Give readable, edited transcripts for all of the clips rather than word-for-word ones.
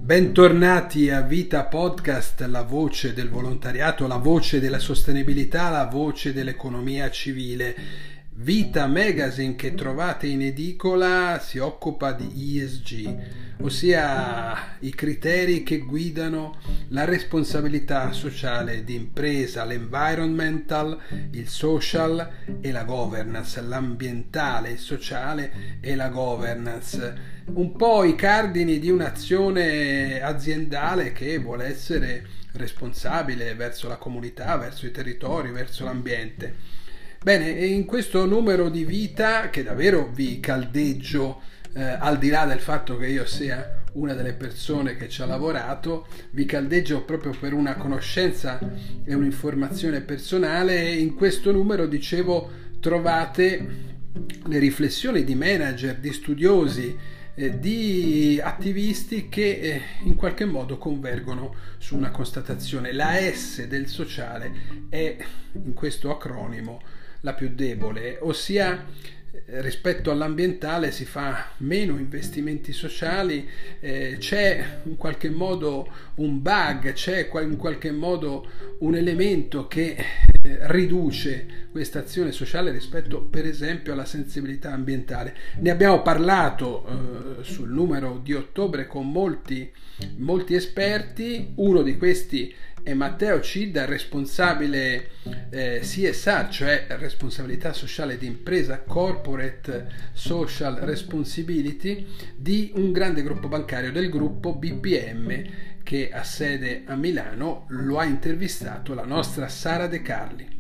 Bentornati a Vita Podcast, la voce del volontariato, la voce della sostenibilità, la voce dell'economia civile. Vita Magazine, che trovate in edicola, si occupa di ESG, ossia i criteri che guidano la responsabilità sociale di impresa, l'environmental, il social e la governance, l'ambientale, il sociale e la governance. Un po' i cardini di un'azione aziendale che vuole essere responsabile verso la comunità, verso i territori, verso l'ambiente. Bene, in questo numero di Vita, che davvero vi caldeggio, al di là del fatto che io sia una delle persone che ci ha lavorato, vi caldeggio proprio per una conoscenza e un'informazione personale. In questo numero, dicevo, trovate le riflessioni di manager, di studiosi, di attivisti che in qualche modo convergono su una constatazione: la S del sociale è in questo acronimo la più debole, ossia rispetto all'ambientale si fa meno investimenti sociali, c'è in qualche modo un bug, c'è in qualche modo un elemento che riduce questa azione sociale rispetto per esempio alla sensibilità ambientale. Ne abbiamo parlato sul numero di ottobre con molti esperti. Uno di questi è Matteo Cidda, responsabile CSR, cioè responsabilità sociale di impresa, Corporate Social Responsibility, di un grande gruppo bancario, del gruppo BPM, che ha sede a Milano. Lo ha intervistato la nostra Sara De Carli.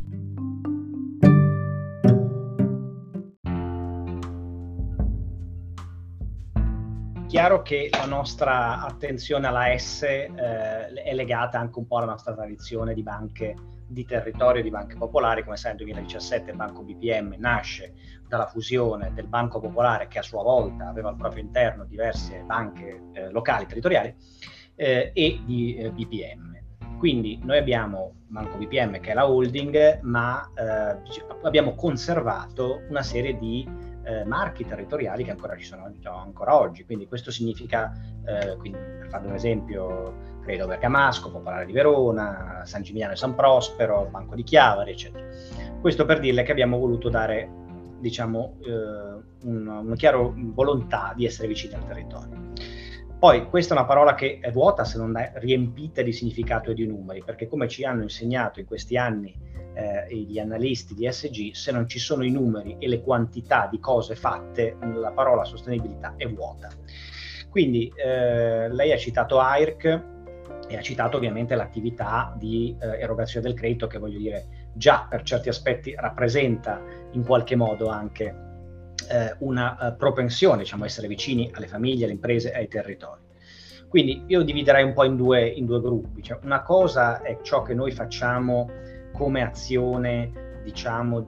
Chiaro che la nostra attenzione alla S è legata anche un po' alla nostra tradizione di banche di territorio, di banche popolari. Come sai, nel 2017 il Banco BPM nasce dalla fusione del Banco Popolare, che a sua volta aveva al proprio interno diverse banche locali, territoriali, e di BPM. Quindi noi abbiamo Banco BPM, che è la holding, ma abbiamo conservato una serie di marchi territoriali che ancora ci sono ancora oggi. Quindi questo significa, quindi, per fare un esempio, Credo Bergamasco, Popolare di Verona, San Gimignano e San Prospero, Banco di Chiavari, eccetera. Questo per dirle che abbiamo voluto dare, diciamo, una chiara volontà di essere vicini al territorio. Poi questa è una parola che è vuota se non è riempita di significato e di numeri, perché come ci hanno insegnato in questi anni gli analisti di ESG, se non ci sono i numeri e le quantità di cose fatte, la parola sostenibilità è vuota. Quindi lei ha citato AIRC e ha citato ovviamente l'attività di erogazione del credito, che, voglio dire, già per certi aspetti rappresenta in qualche modo anche una propensione, diciamo, a essere vicini alle famiglie, alle imprese e ai territori. Quindi io dividerei un po' in due gruppi. Cioè, una cosa è ciò che noi facciamo come azione, diciamo,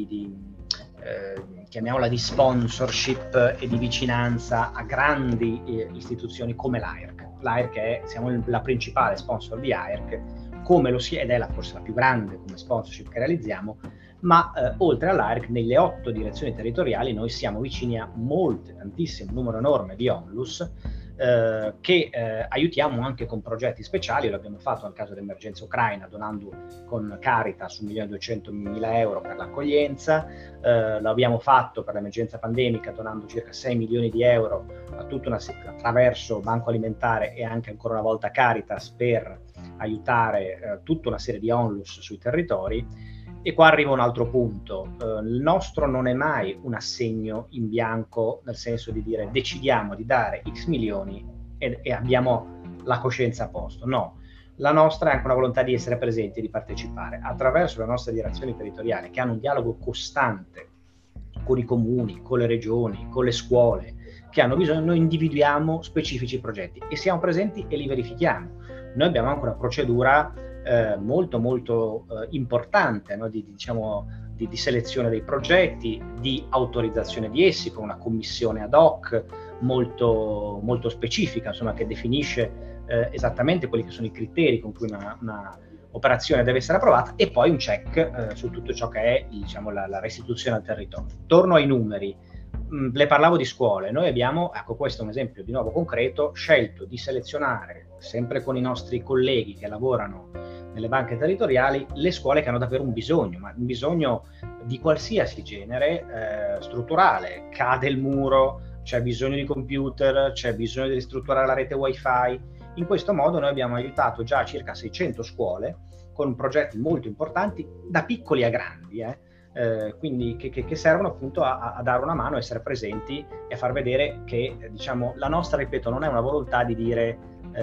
chiamiamola di sponsorship e di vicinanza a grandi istituzioni come l'AIRC. L'AIRC siamo la principale sponsor di AIRC, come lo si è, ed è forse la più grande come sponsorship che realizziamo, ma oltre all'AIRC, nelle 8 direzioni territoriali noi siamo vicini a tantissimo numero enorme di onlus, che aiutiamo anche con progetti speciali. Lo abbiamo fatto nel caso dell'emergenza ucraina, donando con Caritas 1.200.000 euro per l'accoglienza. Lo abbiamo fatto per l'emergenza pandemica, donando circa 6 milioni di euro a attraverso Banco Alimentare e anche ancora una volta Caritas, per aiutare tutta una serie di onlus sui territori. E qua arriva un altro punto. Il nostro non è mai un assegno in bianco, nel senso di dire decidiamo di dare X milioni e abbiamo la coscienza a posto. No, la nostra è anche una volontà di essere presenti e di partecipare attraverso le nostre direzioni territoriali, che hanno un dialogo costante con i comuni, con le regioni, con le scuole che hanno bisogno. Noi individuiamo specifici progetti e siamo presenti e li verifichiamo. Noi abbiamo anche una procedura molto importante, no? di selezione dei progetti, di autorizzazione di essi, con una commissione ad hoc molto specifica, insomma, che definisce esattamente quelli che sono i criteri con cui una operazione deve essere approvata, e poi un check su tutto ciò che è, diciamo, la restituzione al territorio. Torno ai numeri. Le parlavo di scuole, noi abbiamo, ecco questo è un esempio di nuovo concreto, scelto di selezionare, sempre con i nostri colleghi che lavorano nelle banche territoriali, le scuole che hanno davvero un bisogno, ma un bisogno di qualsiasi genere, strutturale. Cade il muro, c'è bisogno di computer, c'è bisogno di ristrutturare la rete wifi. In questo modo noi abbiamo aiutato già circa 600 scuole con progetti molto importanti, da piccoli a grandi, quindi che servono appunto a dare una mano, a essere presenti e a far vedere che, diciamo, la nostra, ripeto, non è una volontà di dire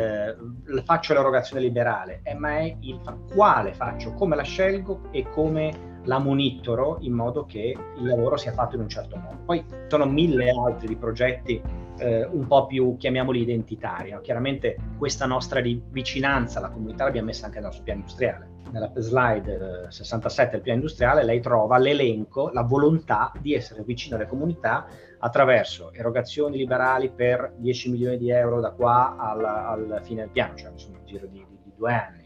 faccio l'erogazione liberale, ma è il quale faccio, come la scelgo e come la monitoro in modo che il lavoro sia fatto in un certo modo. Poi sono 1000 altri di progetti un po' più, chiamiamoli, identitari, no? Chiaramente questa nostra vicinanza alla comunità l'abbiamo messa anche nel nostro piano industriale. Nella slide 67 del piano industriale lei trova l'elenco, la volontà di essere vicino alle comunità attraverso erogazioni liberali per 10 milioni di euro da qua alla fine del piano, cioè insomma un giro di 2 anni.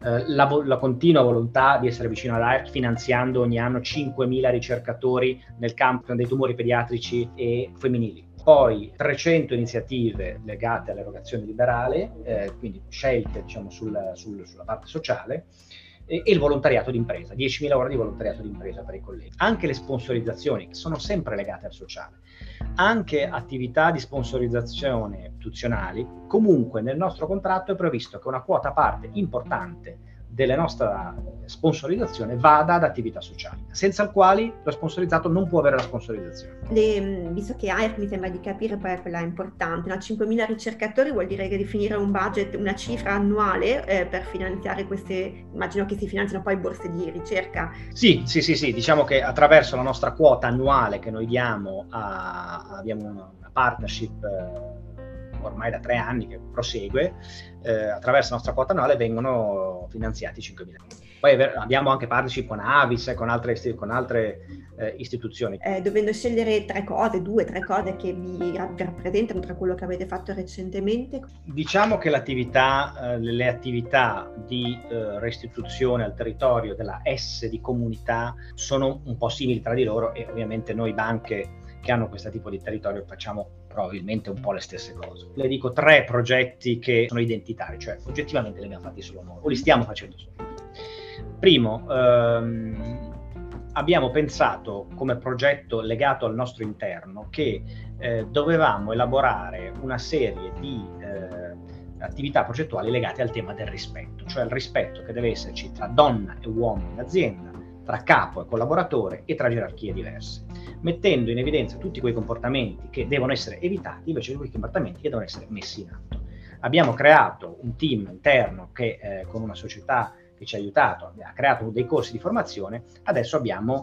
La continua volontà di essere vicino all'AIRC, finanziando ogni anno 5.000 ricercatori nel campo dei tumori pediatrici e femminili. Poi 300 iniziative legate all'erogazione liberale, quindi scelte, diciamo, sulla parte sociale, e il volontariato d'impresa, 10.000 ore di volontariato d'impresa per i colleghi. Anche le sponsorizzazioni sono sempre legate al sociale. Anche attività di sponsorizzazione istituzionali, comunque nel nostro contratto è previsto che una quota parte importante della nostra sponsorizzazione vada ad attività sociali, senza il quali lo sponsorizzato non può avere la sponsorizzazione. Visto che AIRC, mi sembra di capire, poi è quella importante, 5.000 ricercatori vuol dire che definire un budget, una cifra annuale per finanziare queste, immagino che si finanziano poi borse di ricerca. Sì, diciamo che attraverso la nostra quota annuale che noi diamo abbiamo una partnership ormai da 3 anni che prosegue, attraverso la nostra quota annuale vengono finanziati 5.000 euro. Poi abbiamo anche partnership con Avis e con altre istituzioni. Dovendo scegliere 3 cose che vi rappresentano tra quello che avete fatto recentemente? Diciamo che le attività di restituzione al territorio della S di comunità sono un po' simili tra di loro, e ovviamente noi banche che hanno questo tipo di territorio facciamo probabilmente un po' le stesse cose. Le dico 3 progetti che sono identitari, cioè oggettivamente li abbiamo fatti solo noi, o li stiamo facendo solo noi. Primo, abbiamo pensato come progetto legato al nostro interno che dovevamo elaborare una serie di attività progettuali legate al tema del rispetto, cioè il rispetto che deve esserci tra donna e uomo in azienda, tra capo e collaboratore e tra gerarchie diverse, mettendo in evidenza tutti quei comportamenti che devono essere evitati invece di quei comportamenti che devono essere messi in atto. Abbiamo creato un team interno che con una società che ci ha aiutato, ha creato dei corsi di formazione. Adesso abbiamo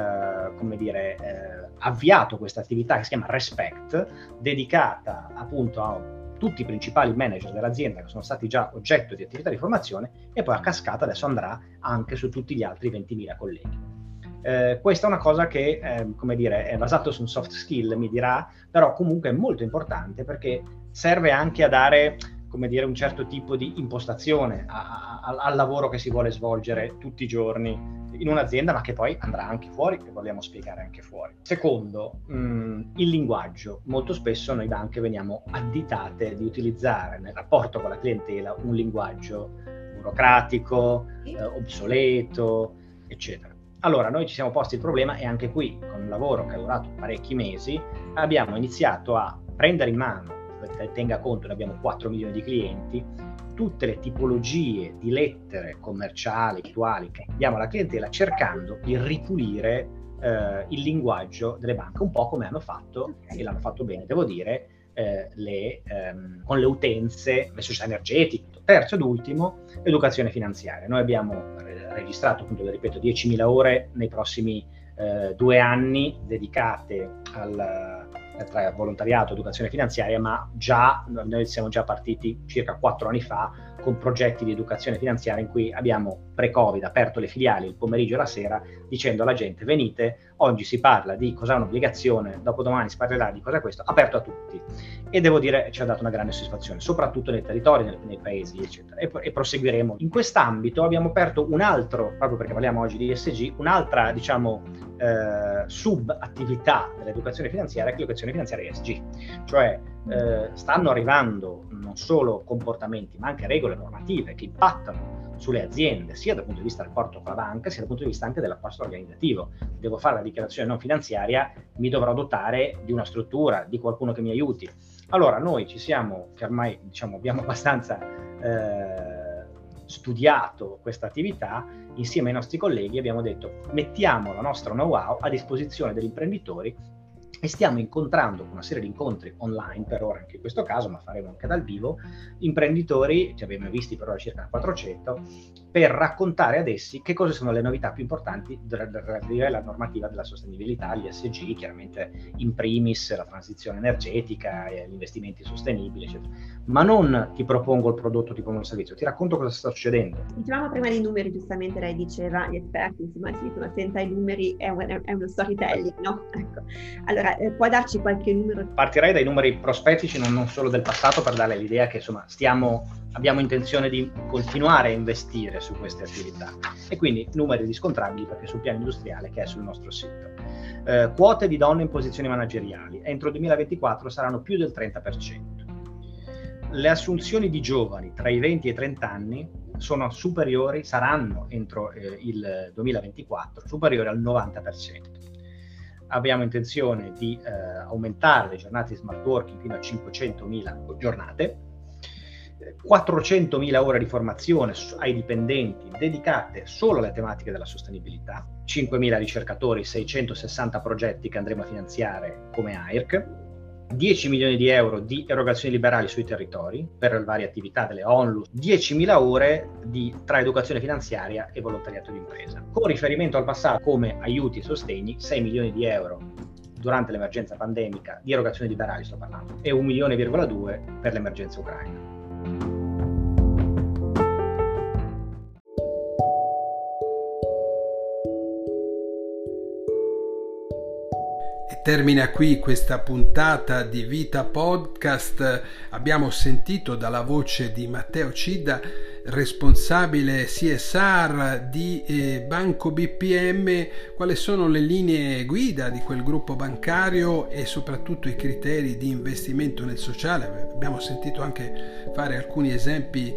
avviato questa attività che si chiama Respect, dedicata appunto a tutti i principali manager dell'azienda che sono stati già oggetto di attività di formazione, e poi a cascata adesso andrà anche su tutti gli altri 20.000 colleghi. Questa è una cosa che è basato su un soft skill, mi dirà, però comunque è molto importante perché serve anche a dare un certo tipo di impostazione al lavoro che si vuole svolgere tutti i giorni in un'azienda, ma che poi andrà anche fuori, che vogliamo spiegare anche fuori. Secondo, il linguaggio. Molto spesso noi banche veniamo additate di utilizzare nel rapporto con la clientela un linguaggio burocratico, obsoleto, eccetera. Allora, noi ci siamo posti il problema, e anche qui, con un lavoro che è durato parecchi mesi, abbiamo iniziato a prendere in mano, tenga conto, noi abbiamo 4 milioni di clienti, tutte le tipologie di lettere commerciali, attuali che diamo alla clientela, cercando di ripulire il linguaggio delle banche, un po' come hanno fatto, e l'hanno fatto bene, devo dire, con le utenze, le società energetiche. Terzo ed ultimo, educazione finanziaria. Noi abbiamo registrato, appunto, ripeto, 10.000 ore nei prossimi 2 anni dedicate tra volontariato e educazione finanziaria, ma noi siamo già partiti circa 4 anni fa con progetti di educazione finanziaria in cui abbiamo pre-Covid aperto le filiali il pomeriggio e la sera dicendo alla gente: venite, oggi si parla di cos'è un'obbligazione, dopodomani si parlerà di cos'è questo, aperto a tutti. E devo dire ci ha dato una grande soddisfazione, soprattutto nei territori, nei paesi, eccetera. E proseguiremo. In quest'ambito abbiamo aperto un altro, proprio perché parliamo oggi di ESG, un'altra, sub-attività dell'educazione finanziaria, che è l'educazione finanziaria ESG. Cioè stanno arrivando non solo comportamenti, ma anche regole normative che impattano sulle aziende, sia dal punto di vista del rapporto con la banca, sia dal punto di vista anche dell'apposto organizzativo. Devo fare la dichiarazione non finanziaria, mi dovrò dotare di una struttura, di qualcuno che mi aiuti. Allora noi ci siamo, che ormai abbiamo abbastanza studiato questa attività, insieme ai nostri colleghi abbiamo detto mettiamo la nostra know-how a disposizione degli imprenditori e stiamo incontrando con una serie di incontri online per ora anche in questo caso, ma faremo anche dal vivo, imprenditori, ci abbiamo visti per ora circa 400, per raccontare ad essi che cosa sono le novità più importanti relative alla normativa della sostenibilità, gli ESG, chiaramente in primis la transizione energetica, gli investimenti sostenibili, eccetera. Ma non ti propongo il prodotto, ti propongo il servizio, ti racconto cosa sta succedendo. Dicevamo prima dei numeri, giustamente lei diceva, gli esperti insomma si dicono senza i numeri è uno storytelling, no? Ecco. Allora, può darci qualche numero? Partirei dai numeri prospettici, non solo del passato, per dare l'idea che insomma abbiamo intenzione di continuare a investire su queste attività, e quindi numeri riscontrabili perché sul piano industriale che è sul nostro sito. Quote di donne in posizioni manageriali entro il 2024 saranno più del 30%. Le assunzioni di giovani tra i 20 e i 30 anni saranno entro il 2024 superiori al 90%. Abbiamo intenzione di aumentare le giornate di smart working fino a 500.000 giornate, 400.000 ore di formazione ai dipendenti dedicate solo alle tematiche della sostenibilità, 5.000 ricercatori, 660 progetti che andremo a finanziare come AIRC, 10 milioni di euro di erogazioni liberali sui territori per le varie attività delle ONLUS, 10.000 ore tra educazione finanziaria e volontariato di impresa. Con riferimento al passato, come aiuti e sostegni, 6 milioni di euro durante l'emergenza pandemica di erogazioni liberali sto parlando, e 1,2 milioni per l'emergenza ucraina. Termina qui questa puntata di Vita Podcast. Abbiamo sentito dalla voce di Matteo Cidda, responsabile CSR di Banco BPM, quali sono le linee guida di quel gruppo bancario e soprattutto i criteri di investimento nel sociale. Abbiamo sentito anche fare alcuni esempi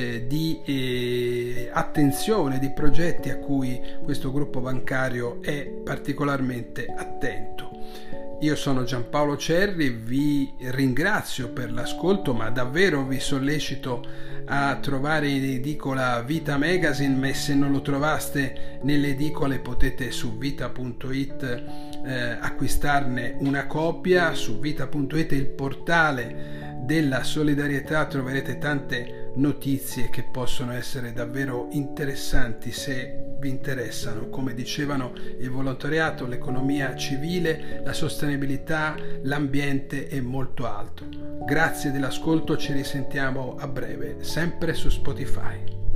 di attenzione, di progetti a cui questo gruppo bancario è particolarmente attento. Io sono Giampaolo Cerri, vi ringrazio per l'ascolto, ma davvero vi sollecito a trovare in edicola Vita Magazine, ma se non lo trovaste nelle edicole potete su vita.it acquistarne una copia. Su vita.it, il portale della solidarietà, troverete tante notizie che possono essere davvero interessanti se vi interessano, come dicevano il volontariato, l'economia civile, la sostenibilità, l'ambiente e molto altro. Grazie dell'ascolto, ci risentiamo a breve, sempre su Spotify.